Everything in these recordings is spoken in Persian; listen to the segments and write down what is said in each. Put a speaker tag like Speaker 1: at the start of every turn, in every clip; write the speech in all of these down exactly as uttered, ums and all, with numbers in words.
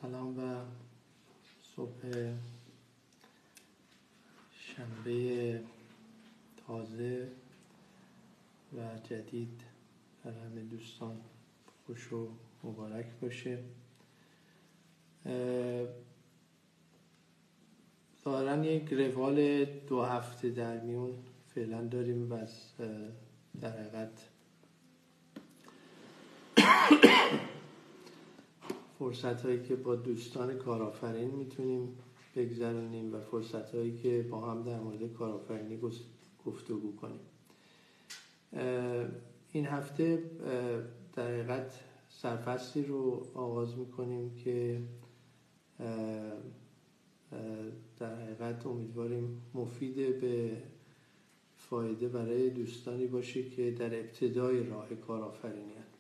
Speaker 1: سلام و صبح شنبه تازه و جدید بر همه دوستان خوش و مبارک باشه. ظاهراً یک روال دو هفته در میون فعلا داریم و در حقیقت فرصت هایی که با دوستان کارآفرین میتونیم بگذرونیم و فرصت هایی که با هم در مورد کارآفرینی گفتگو کنیم. این هفته در حقیقت سرفصلی رو آغاز میکنیم که در حقیقت امیدواریم مفید به فایده برای دوستانی باشه که در ابتدای راه کارآفرینی هستند.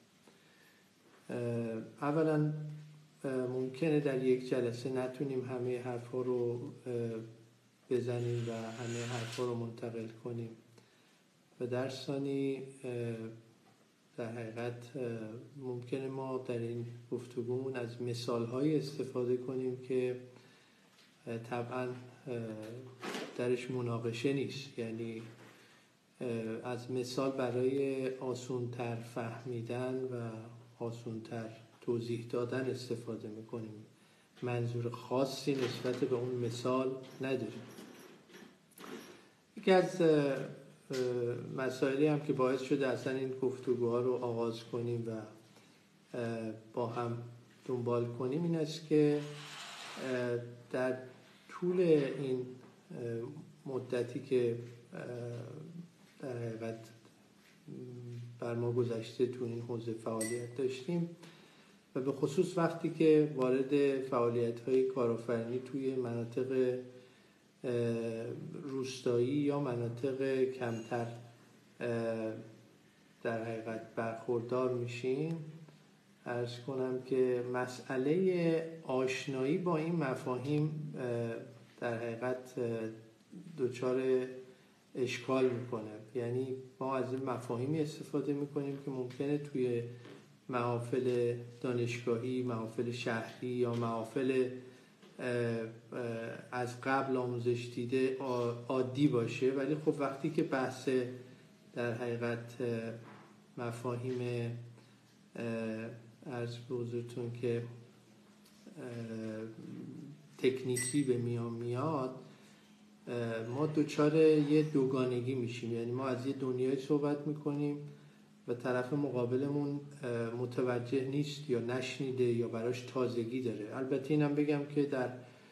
Speaker 1: اولا ممکنه در یک جلسه نتونیم همه حرفا رو بزنیم و همه حرفا رو منتقل کنیم و در ثانی در حقیقت ممکنه ما در این گفتگومون از مثال‌های استفاده کنیم که طبعا درش مناقشه نیست، یعنی از مثال برای آسان‌تر فهمیدن و آسان‌تر توضیح دادن استفاده میکنیم. منظور خاصی نسبت به اون مثال نداریم. یکی از مسائلی هم که باعث شده اصلا این گفتگوها رو آغاز کنیم و با هم دنبال کنیم این است که در طول این مدتی که در حقیقت بر ما گذشته تو این حوزه فعالیت داشتیم و به خصوص وقتی که وارد فعالیت‌های کارآفرینی توی مناطق روستایی یا مناطق کمتر در حقیقت برخوردار میشیم، عرض کنم که مسئله آشنایی با این مفاهیم در حقیقت دچار اشکال میکنه. یعنی ما از این مفاهیمی استفاده میکنیم که ممکنه توی محافل دانشگاهی، محافل شهری یا محافل از قبل آموزش دیده عادی باشه، ولی خب وقتی که بحث در حقیقت مفاهیم عرض به حضورتون که تکنیکی به میان میاد ما دوچار یه دوگانگی میشیم. یعنی ما از یه دنیای صحبت میکنیم و طرف مقابلمون متوجه نیست یا نشنیده یا براش تازگی داره. البته اینم بگم که در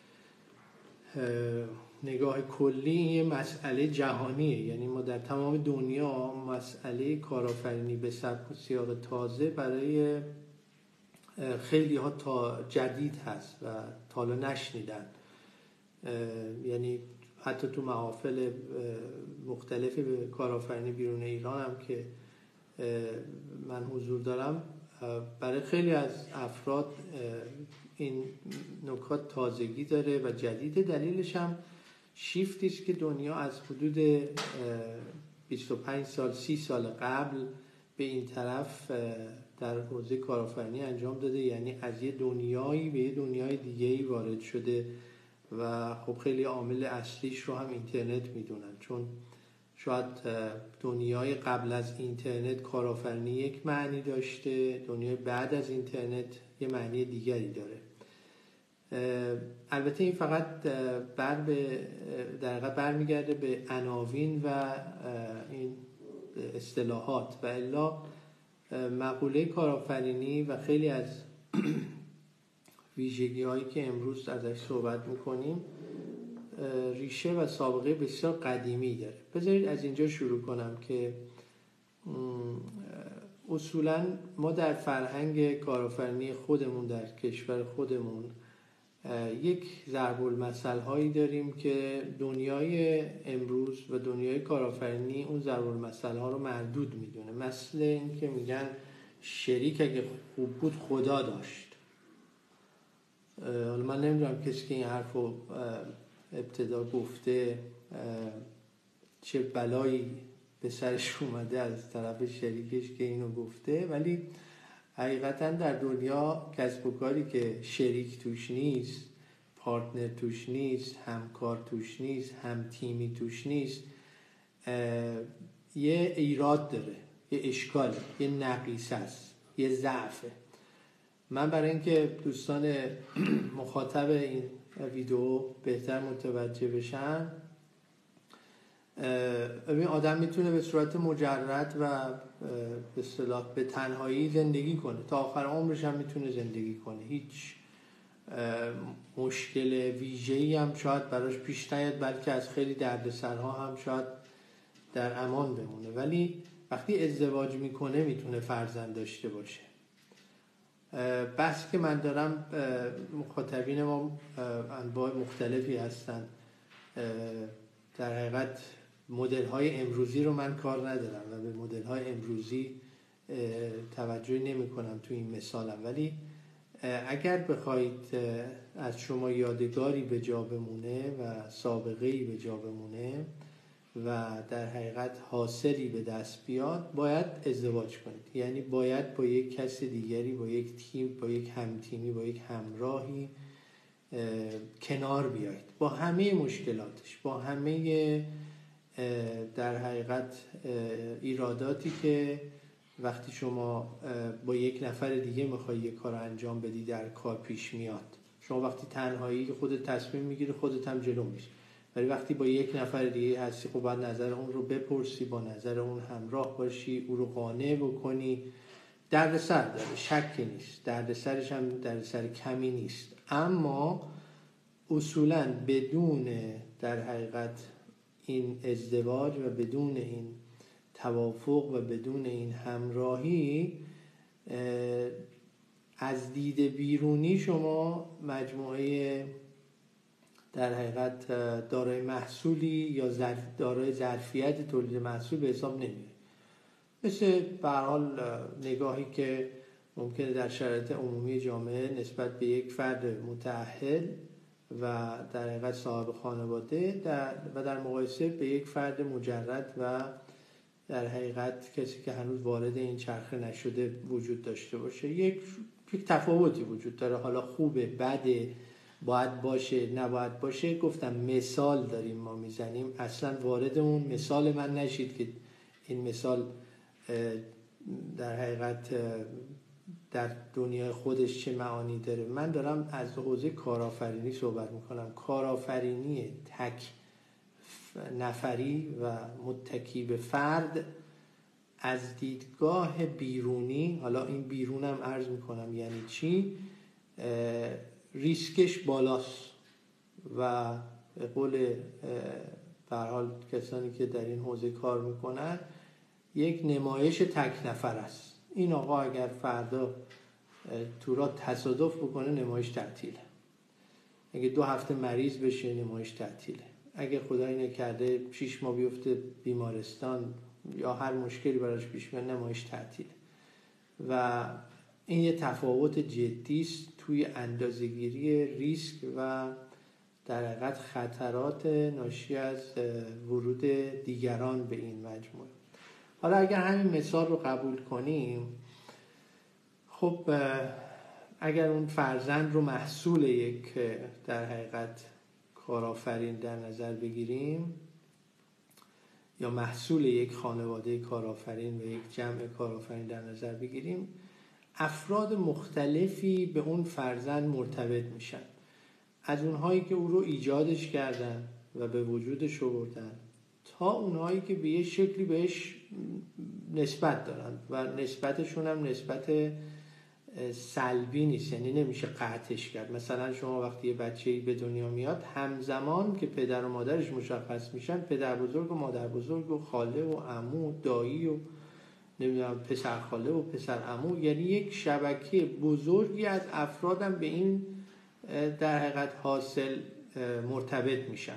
Speaker 1: نگاه کلی یه مسئله جهانیه، یعنی ما در تمام دنیا مسئله کارآفرینی به سبک و سیاق تازه برای خیلی ها تا جدید هست و تا حالا نشنیدن. یعنی حتی تو محافل مختلف کارآفرینی بیرون ایران هم که من حضور دارم، برای خیلی از افراد این نکات تازگی داره و جدیده. دلیلش هم شیفتی است که دنیا از حدود بیست و پنج سال سی سال قبل به این طرف در حوزه کارآفرینی انجام داده. یعنی از یه دنیایی به یه دنیای دیگه‌ای وارد شده و خب خیلی عامل اصلیش رو هم اینترنت میدونن، چون شاید دنیای قبل از اینترنت کارآفرینی یک معنی داشته، دنیای بعد از اینترنت یه معنی دیگری داره. البته این فقط بر به در واقع برمیگرده به عناوین و این اصطلاحات و الا مقوله کارآفرینی و خیلی از ویژگی هایی که امروز ازش صحبت میکنیم ریشه و سابقه بسیار قدیمی داره. بذارید از اینجا شروع کنم که اصولا ما در فرهنگ کارآفرینی خودمون در کشور خودمون یک ضرب المثل هایی داریم که دنیای امروز و دنیای کارآفرینی اون ضرب المثل ها رو مردود میدونه. مثل این که میگن شریک اگه خوب بود خدا داشت. حالا من نمیدونم کسی که این حرف رو ابتدا گفته چه بلایی به سرش اومده از طرف شریکش که اینو گفته، ولی حقیقتا در دنیا کسب و کاری که شریک توش نیست، پارتنر توش نیست، همکار توش نیست، هم تیمی توش نیست، یه ایراد داره، یه اشکاله، یه نقیصه است، یه ضعفه. من برای اینکه دوستان مخاطب این ویدیو بهتر متوجه بشن، این آدم میتونه به صورت مجرد و به اصطلاح به تنهایی زندگی کنه، تا آخر عمرش هم میتونه زندگی کنه، هیچ مشکل ویژه‌ای هم شاید براش پیش نیاد، بلکه از خیلی دردسرها هم شاید در امان بمونه. ولی وقتی ازدواج میکنه میتونه فرزند داشته باشه. بس که من دارم، مخاطبین ما انواع مختلفی هستن، در حقیقت مدل های امروزی رو من کار ندارم و به مدل های امروزی توجه نمی کنم تو این مثالم، ولی اگر بخواید از شما یادگاری به جا بمونه و سابقه‌ای به جا بمونه و در حقیقت حاصلی به دست بیاد، باید ازدواج کنید. یعنی باید با یک کس دیگری، با یک تیم، با یک همتیمی، با یک همراهی کنار بیایید، با همه مشکلاتش، با همه در حقیقت ایراداتی که وقتی شما با یک نفر دیگه میخوای یک کار انجام بدی در کار پیش میاد. شما وقتی تنهایی خودت تصمیم میگیری، خودت هم جلو میشی، ولی وقتی با یک نفر دیگه هستی، خب باید نظر اون رو بپرسی، با نظر اون همراه باشی، او رو قانع بکنی. دردسر داره، شکی نیست، دردسرش هم دردسر کمی نیست، اما اصولاً بدون در حقیقت این ازدواج و بدون این توافق و بدون این همراهی، از دید بیرونی شما مجموعه در حقیقت دارای محصولی یا دارای ظرفیت تولید محصول به حساب نمیره. مثل به هر حال نگاهی که ممکنه در شرایط عمومی جامعه نسبت به یک فرد متأهل و در حقیقت صاحب خانواده در و در مقایسه به یک فرد مجرد و در حقیقت کسی که هنوز وارد این چرخه نشده وجود داشته باشه، یک یک تفاوتی وجود داره. حالا خوبه، بده، باید باشه، نباید باشه، گفتم مثال داریم ما میزنیم، اصلا وارد اون مثال من نشید که این مثال در حقیقت در دنیای خودش چه معانی داره. من دارم از حوزه کارآفرینی صحبت میکنم. کارآفرینی تک نفری و متکی به فرد از دیدگاه بیرونی، حالا این بیرونم عرض میکنم یعنی چی، ریسکش بالاست و به قول به هر حال کسانی که در این حوزه کار میکنن، یک نمایش تک نفر است. این آقا اگر فردا تو را تصادف بکنه، نمایش تعطیله. اگه دو هفته مریض بشه، نمایش تعطیله. اگه خدایی نکرده شش ماه بیفته بیمارستان یا هر مشکلی براش پیش بیاد، نمایش تعطیله. و این یه تفاوت جدی است توی اندازه‌گیری ریسک و در حقیقت خطرات ناشی از ورود دیگران به این مجموعه. حالا اگر همین مثال رو قبول کنیم، خب اگر اون فرزند رو محصول یک در حقیقت کارآفرین در نظر بگیریم، یا محصول یک خانواده کارآفرین و یک جمع کارآفرین در نظر بگیریم، افراد مختلفی به اون فرزند مرتبط میشن، از اونهایی که او رو ایجادش کردن و به وجودش آوردن تا اونهایی که به یه شکلی بهش نسبت دارن و نسبتشون هم نسبت سلبی نیست، یعنی نمیشه قطعش کرد. مثلا شما وقتی یه بچه‌ای به دنیا میاد، همزمان که پدر و مادرش مشخص میشن، پدر بزرگ و مادر بزرگ و خاله و عمو، دایی و نمیدونم پسر خاله و پسر عمو، یعنی یک شبکه بزرگی از افرادم به این در حقیقت حاصل مرتبط میشن.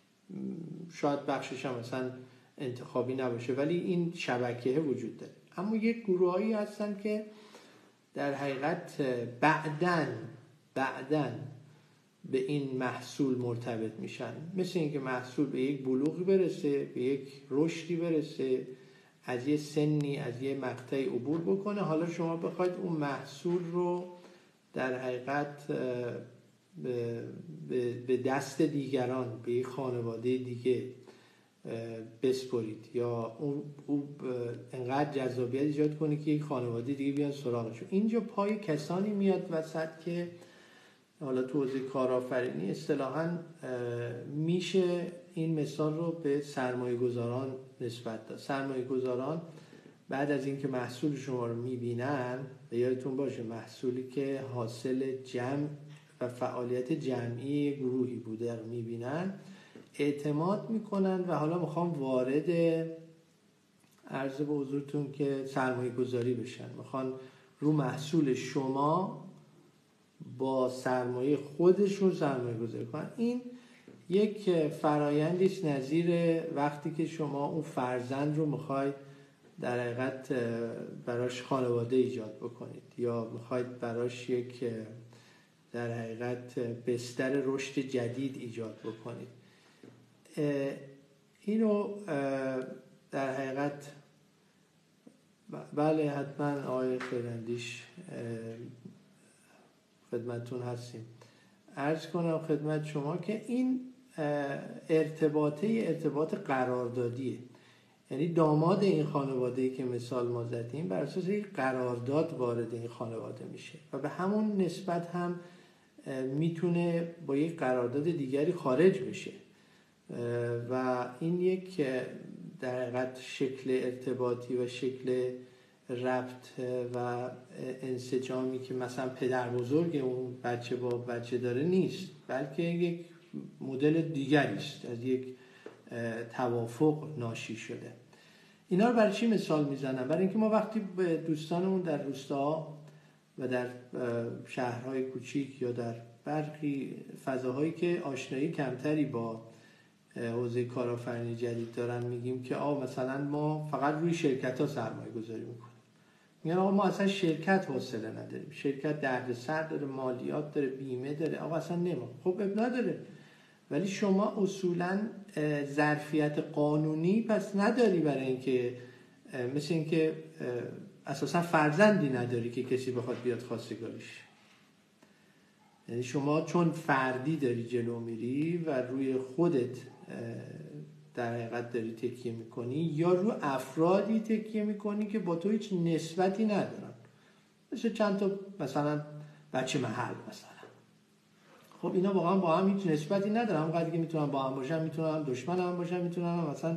Speaker 1: شاید بخشش هم مثلا انتخابی نباشه، ولی این شبکه وجود داره. اما یک گروهایی هستن که در حقیقت بعدن بعدن به این محصول مرتبط میشن، مثل اینکه محصول به یک بلوغی برسه، به یک رشدی برسه، از یه سنی، از یه مقطعی عبور بکنه. حالا شما بخواید اون محصول رو در حقیقت به دست دیگران، به یه خانواده دیگه بسپرید یا اون انقدر جذابیت ایجاد کنه که یک خانواده دیگه بیان سراغشون. اینجا پای کسانی میاد وسط که حالا تو حوزه کارآفرینی اصطلاحاً میشه این مثال رو به سرمایه گذاران نسبت داد. سرمایه گذاران بعد از اینکه محصول شما رو میبینن، و یادتون باشه محصولی که حاصل جمع و فعالیت جمعی گروهی بوده رو میبینن، اعتماد میکنن و حالا میخوام وارد عرض به حضورتون که سرمایه گذاری بشن، میخوان رو محصول شما با سرمایه خودشون سرمایه گذاری کنن. این یک فرایندی است نظیر وقتی که شما اون فرزند رو میخواید در حقیقت براش خانواده ایجاد بکنید یا میخواید براش یک در حقیقت بستر رشد جدید ایجاد بکنید. اینو در حقیقت بله حتما آقای خیراندیش خدمتون هستیم. عرض کنم خدمت شما که این ارتباطه ارتباط قراردادیه، یعنی داماد این خانواده‌ای که مثال ما زدیم بر اساس یک قرارداد وارد این خانواده میشه و به همون نسبت هم میتونه با یک قرارداد دیگری خارج بشه و این یک در حقیقت شکل ارتباطی و شکل ربط و انسجامی که مثلا پدر بزرگ اون بچه با بچه داره نیست، بلکه یک مدل دیگری است، از یک توافق ناشی شده. اینا رو برای چی مثال میزنم؟ برای اینکه ما وقتی به دوستانمون در روستاها و در شهرهای کوچیک یا در برخی فضاهایی که آشنایی کمتری با حوزه کارآفرینی جدید دارن میگیم که آ مثلا ما فقط روی شرکت ها سرمایه گذاری میکنیم. میگن آقا ما اصلا شرکت حوصله نداریم، شرکت دردسر داره، مالیات داره، بیمه داره، آقا اصلا نما. خب اب نداره، ولی شما اصولا ظرفیت قانونی پس نداری برای اینکه مثل اینکه اساسا فرزندی نداری که کسی بخواد بیاد خواستگاریش. یعنی شما چون فردی داری جلو میری و روی خودت در حقیقت داری تکیه میکنی یا رو افرادی تکیه میکنی که با تو هیچ نسبتی ندارن، مثل چند تا مثلا بچه محل مثلا. خب اینا واقعا با هم هیچ نسبتی ندارن، همونقدر که میتونن با هم باشن، میتونن هم دشمن هم باشن، میتونن هم مثلا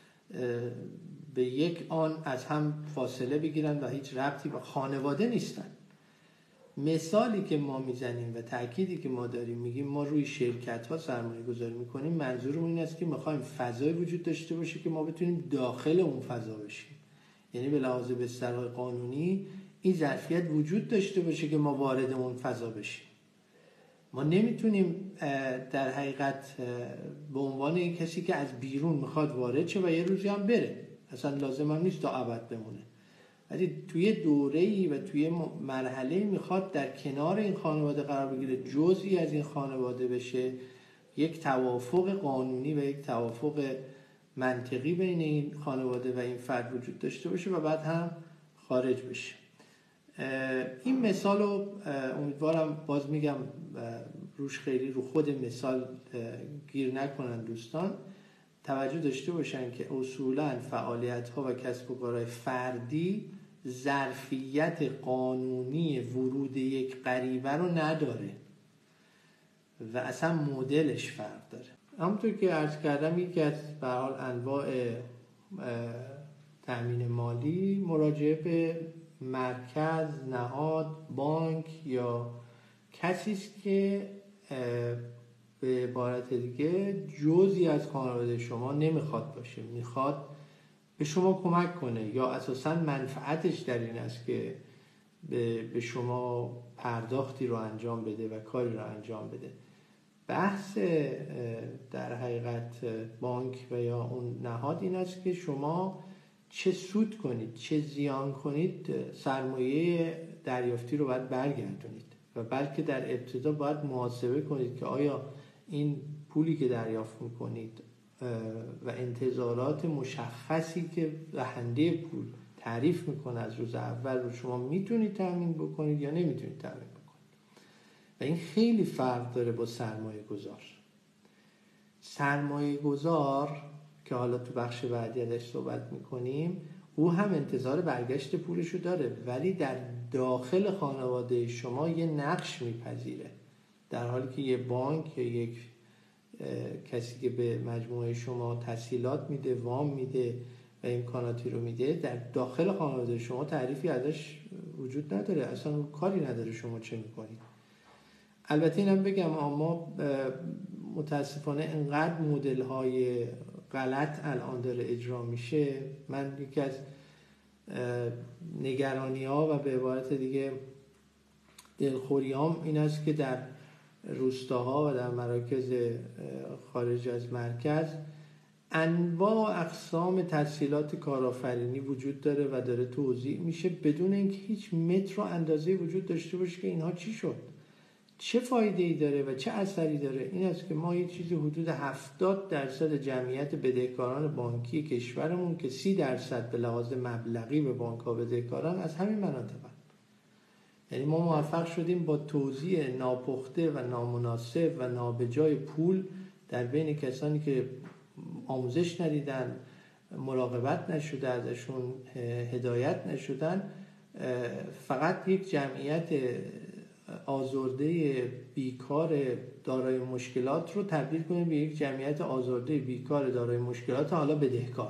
Speaker 1: به یک آن از هم فاصله بگیرن و هیچ ربطی با خانواده نیستن. مثالی که ما میزنیم و تأکیدی که ما داریم میگیم ما روی شرکت ها سرمایه گذاری میکنیم، منظورمون این است که میخوایم فضای وجود داشته باشه که ما بتونیم داخل اون فضا بشیم. یعنی به لحاظ بسترهای قانونی این ظرفیت وجود داشته باشه که ما وارد اون فضا بشیم. ما نمیتونیم در حقیقت به عنوان یک کسی که از بیرون میخواد وارد شه و یه روزی هم بره، اصلا لازم هم نیست تا ابد بمونه، ولی توی دوره‌ای و توی مرحله‌ای میخواد در کنار این خانواده قرار بگیره، جزئی از این خانواده بشه، یک توافق قانونی و یک توافق منطقی بین این خانواده و این فرد وجود داشته باشه و بعد هم خارج بشه. این مثال رو امیدوارم باز میگم روش خیلی رو خود مثال گیر نکنن دوستان، توجه داشته باشن که اصولاً فعالیت‌ها و کسب و کارهای فردی ظرفیت قانونی ورود یک غریبه رو نداره و اصلا مدلش فرق داره. همونطور که عرض کردم یکی از به هر حال انواع تأمین مالی مراجعه به مرکز، نهاد، بانک یا کسی است که به عبارت دیگه جزئی از خانواده شما نمیخواد باشه، میخواد به شما کمک کنه یا اساساً منفعتش در این است که به شما پرداختی رو انجام بده و کاری رو انجام بده. بحث در حقیقت بانک و یا اون نهاد این است که شما چه سود کنید، چه زیان کنید، سرمایه دریافتی رو باید برگردونید و بلکه در ابتدا باید محاسبه کنید که آیا این پولی که دریافت میکنید و انتظارات مشخصی که دهنده پول تعریف میکنه از روز اول رو شما میتونید تامین بکنید یا نمیتونید تامین بکنید. و این خیلی فرق داره با سرمایه گذار. سرمایه گذار که حالا تو بخش بعدی ازش صحبت میکنیم، او هم انتظار برگشت پولش رو داره، ولی در داخل خانواده شما یه نقش میپذیره، در حالی که یه بانک یا یک کسی که به مجموعه شما تسهیلات میده، وام میده و امکاناتی رو میده، در داخل خانواده شما تعریفی ازش وجود نداره، اصلا کاری نداره شما چه میکنید. البته اینم بگم اما متاسفانه انقدر مدل های غلط الان داره اجرا میشه، من یکی از نگرانی ها و به عبارت دیگه دلخوریام این است که در روستاها و در مراکز خارج از مرکز انواع اقسام تسهیلات کارآفرینی وجود داره و داره توزیع میشه بدون اینکه هیچ متر و اندازه وجود داشته باشه که اینها چی شد، چه فایده ای داره و چه اثری داره. این است که ما یه چیزی حدود هفتاد درصد جمعیت بدهکاران بانکی کشورمون که سی درصد به لحاظ مبلغی به بانک ها بدهکاران از همین مناطق. یعنی ما موفق شدیم با توزیع ناپخته و نامناسب و نابجای پول در بین کسانی که آموزش ندیدن، مراقبت نشده ازشون، هدایت نشدن، فقط یک جمعیت آزرده بیکار دارای مشکلات رو تبدیل کنیم به یک جمعیت آزرده بیکار دارای مشکلات حالا بدهکار.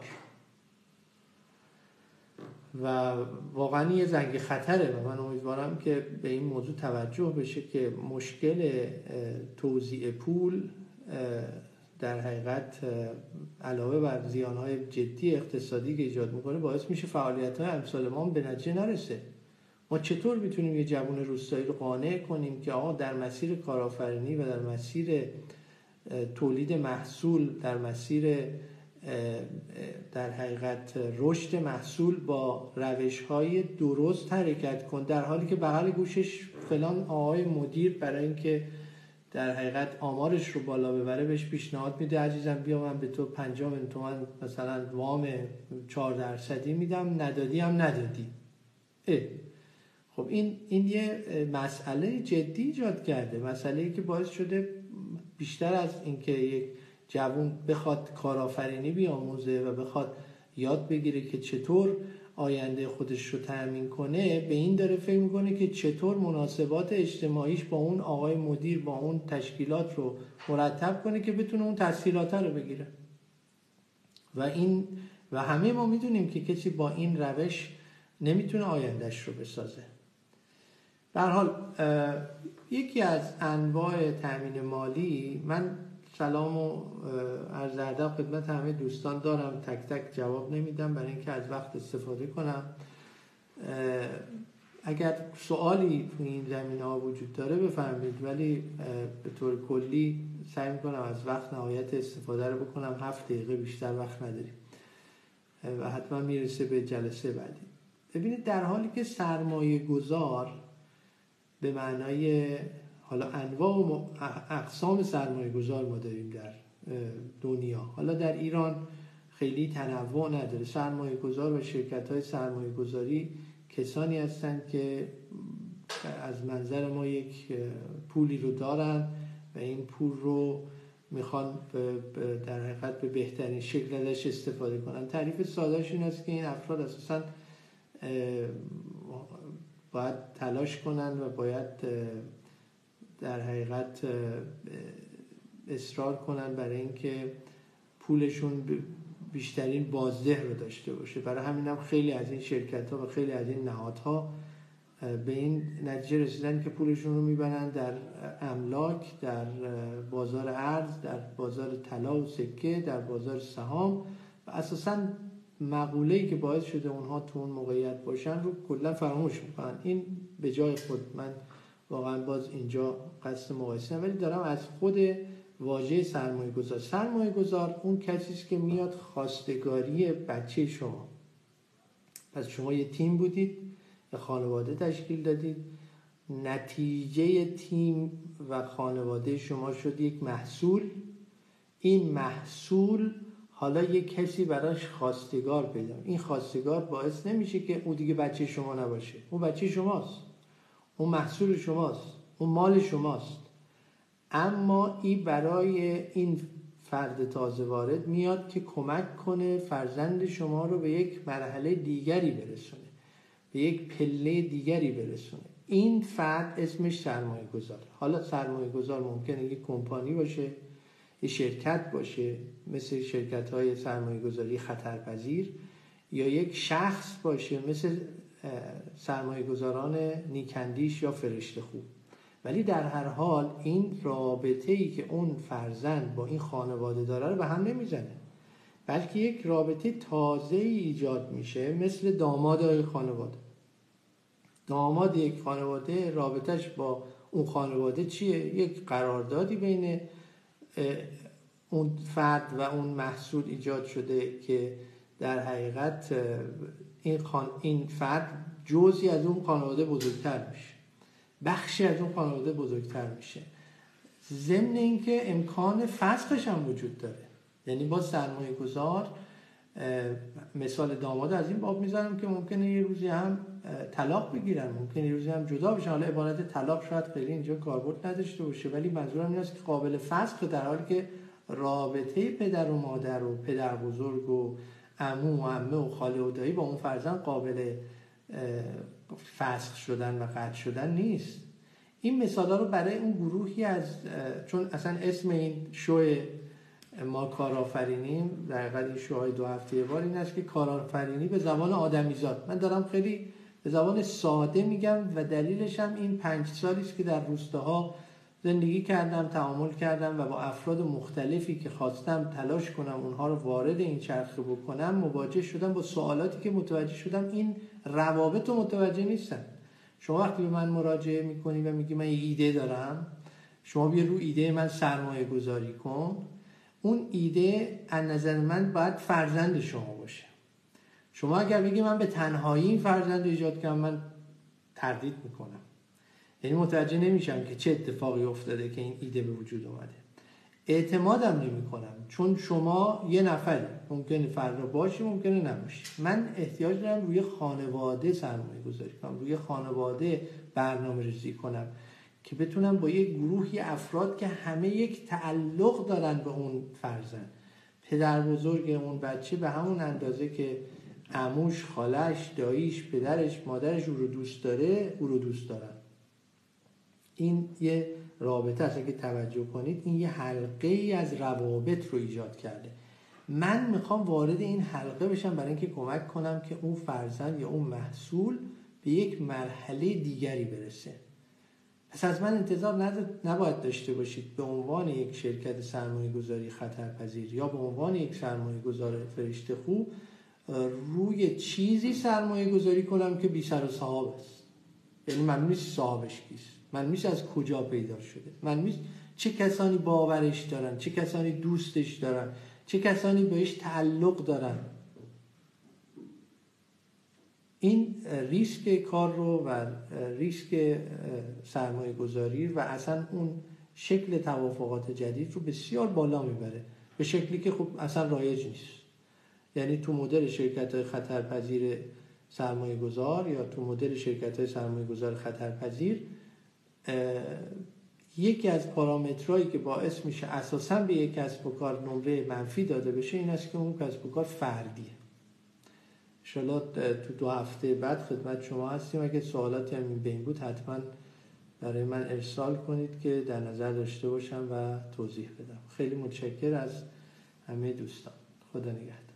Speaker 1: و واقعا یه زنگ خطره و من امیدوارم که به این موضوع توجه بشه که مشکل توزیع پول در حقیقت علاوه بر زیانهای جدی اقتصادی که ایجاد میکنه باعث میشه فعالیت‌های امثال ما به نتیجه نرسه. ما چطور میتونیم یه جوان روستایی رو قانع کنیم که آقا در مسیر کارآفرینی و در مسیر تولید محصول، در مسیر در حقیقت رشد محصول با روش‌های درست حرکت کن، در حالی که بغل گوشش فلان آقای مدیر برای اینکه در حقیقت آمارش رو بالا ببره بهش پیشنهاد میده عزیزم بیا من به تو پنجاه میلیون تومان مثلا وام چهار درصدی میدم، ندادی هم ندادی. اه. خب این این یه مسئله جدی ایجاد کرده، مسئله‌ای که باعث شده بیشتر از اینکه یک جوان بخواد کارآفرینی بیاموزه و بخواد یاد بگیره که چطور آینده خودش رو تأمین کنه، به این داره فکر میکنه که چطور مناسبات اجتماعیش با اون آقای مدیر، با اون تشکیلات رو مرتب کنه که بتونه اون تسهیلات رو بگیره. و این و همه ما میدونیم که کسی با این روش نمیتونه آیندهش رو بسازه. به هر حال یکی از انواع تأمین مالی، من سلام و عرض ادب خدمت همه دوستان دارم، تک تک جواب نمیدم برای اینکه از وقت استفاده کنم. اگر سوالی تو این زمینه ها وجود داره بفرمایید، ولی به طور کلی سعی میکنم از وقت نهایت استفاده رو بکنم. هفت دقیقه بیشتر وقت نداریم و حتما میرسه به جلسه بعدی. ببینید در حالی که سرمایه گذار به معنای حالا انواع و اقسام سرمایه گذار ما داریم در دنیا، حالا در ایران خیلی تنوع نداره. سرمایه گذار و شرکت های سرمایه گذاری کسانی هستند که از منظر ما یک پولی رو دارن و این پول رو میخوان در حقیقت به بهترین شکل ازش استفاده کنن. تعریف سادهش این است که این افراد اساساً باید تلاش کنن و باید در حقیقت اصرار کنن برای اینکه پولشون بیشترین بازده رو داشته باشه. برای همین هم خیلی از این شرکت ها و خیلی از این نهادها به این نتیجه رسیدن که پولشون رو میبرن در املاک، در بازار ارز، در بازار طلا و سکه، در بازار سهام و اساساً مقوله‌ای که باعث شده اونها تو اون موقعیت باشن رو کلا فراموش میکنن. این به جای خود، من واقعا باز اینجا قصد مقایسه، ولی دارم از خود واژه سرمایه گذار. سرمایه گذار اون کسی است که میاد خواستگاری بچه شما. پس شما یه تیم بودید، یه خانواده تشکیل دادید، نتیجه تیم و خانواده شما شد یک محصول. این محصول حالا یک کسی براش خواستگار پیدا، این خواستگار باعث نمیشه که اون دیگه بچه شما نباشه، اون بچه شماست، اون محصول شماست، اون مال شماست. اما این برای این فرد تازه وارد میاد که کمک کنه فرزند شما رو به یک مرحله دیگری برسونه، به یک پله دیگری برسونه. این فرد اسمش سرمایه گذار. حالا سرمایه گذار ممکنه یک کمپانی باشه، یک شرکت باشه مثل شرکت های سرمایه گذاری خطرپذیر، یا یک شخص باشه مثل سرمایه گذاران نیکندیش یا فرشته خوب. ولی در هر حال این رابطه‌ای که اون فرزند با این خانواده داره رو به هم نمیزنه، بلکه یک رابطه تازه ایجاد میشه مثل داماد خانواده. داماد یک خانواده رابطش با اون خانواده چیه؟ یک قراردادی بین اون فرد و اون محصول ایجاد شده که در حقیقت این, خان... این فرد جزئی از اون خانواده بزرگتر میشه، بخشی از اون خانواده بزرگتر میشه، ضمن اینکه امکان فسخش هم وجود داره. یعنی با سرمایه گذار، مثال داماد از این باب میذارم که ممکنه یه روزی هم طلاق بگیرن، ممکنه یه روزی هم جدا بشن. حالا عبارت طلاق شاید خیلی اینجا کاربرد نداشته باشه، ولی منظورم این است که قابل فسخ، در حالی که رابطه پدر و مادر و پدر بزرگ و عمو و عمه و خاله و دایی با اون فرزند قابل فسخ شدن و قطع شدن نیست. این مثالا رو برای اون گروهی از، چون اصلا اسم این شو ما کارآفرینیم، در حقیقت این شوهای دو هفته بار این است که کارآفرینی به زبان آدمیزاد. من دارم خیلی به زبان ساده میگم و دلیلش هم این پنج سالی است که در روستاها زندگی کردم، تعامل کردم و با افراد مختلفی که خواستم تلاش کنم اونها رو وارد این چرخه بکنم مواجه شدم با سوالاتی که متوجه شدم این روابط رو متوجه نیستم. شما وقتی به من مراجعه میکنی و میگی من یه ایده دارم، شما بیا رو ایده من سرمایه گذاری کن، اون ایده از نظر من باید فرزند شما باشه. شما اگر بگی من به تنهایی این فرزند رو ایجاد کنم، من تردید میکنم، یعنی متوجه نمیشم که چه اتفاقی افتاده که این ایده به وجود اومده. اعتمادم نمی کنم، چون شما یه نفری، ممکنه فردا باشی ممکنه نباشی. من احتیاج دارم روی خانواده سرمایه گذاری کنم، روی خانواده برنامه ریزی کنم که بتونم با یک گروهی افراد که همه یک تعلق دارن به اون فرزند، پدر بزرگ اون بچه به همون اندازه که عموش، خالش، داییش، پدرش، مادرش او رو دوست داره، او رو دوست دارن. این یه رابطه است. اگه توجه کنید این یه حلقه ای از روابط رو ایجاد کرده. من میخوام وارد این حلقه بشم برای اینکه کمک کنم که اون فرزند یا اون محصول به یک مرحله دیگری برسه. پس از من انتظار نباید داشته باشید به عنوان یک شرکت سرمایه گذاری خطرپذیر یا به عنوان یک سرمایه گذار فرشته خوب روی چیزی سرمایه گذاری کنم که بی سر و صاحب است. یعنی من نیست صاحبش کیست، من نیست از کجا پیدا شده، من نیست چه کسانی باورش دارن، چه کسانی دوستش دارن، چه کسانی بهش تعلق دارن. این ریسک کار رو و ریسک سرمایه گذاری و اصلا اون شکل توافقات جدید رو بسیار بالا میبره، به شکلی که خب اصلا رایج نیست. یعنی تو مدل شرکت‌های خطرپذیر سرمایه گذار یا تو مدل شرکت‌های سرمایه گذار خطرپذیر، یکی از پارامترهایی که باعث میشه اساساً به یک کسب و کار نمره منفی داده بشه این است که اون کسب و کار فردیه. انشالله تو دو هفته بعد خدمت شما هستیم. اگه سوالاتی هم بین بود حتما برای من ارسال کنید که در نظر داشته باشم و توضیح بدم. خیلی متشکر از همه دوستان. خدا نگهدار.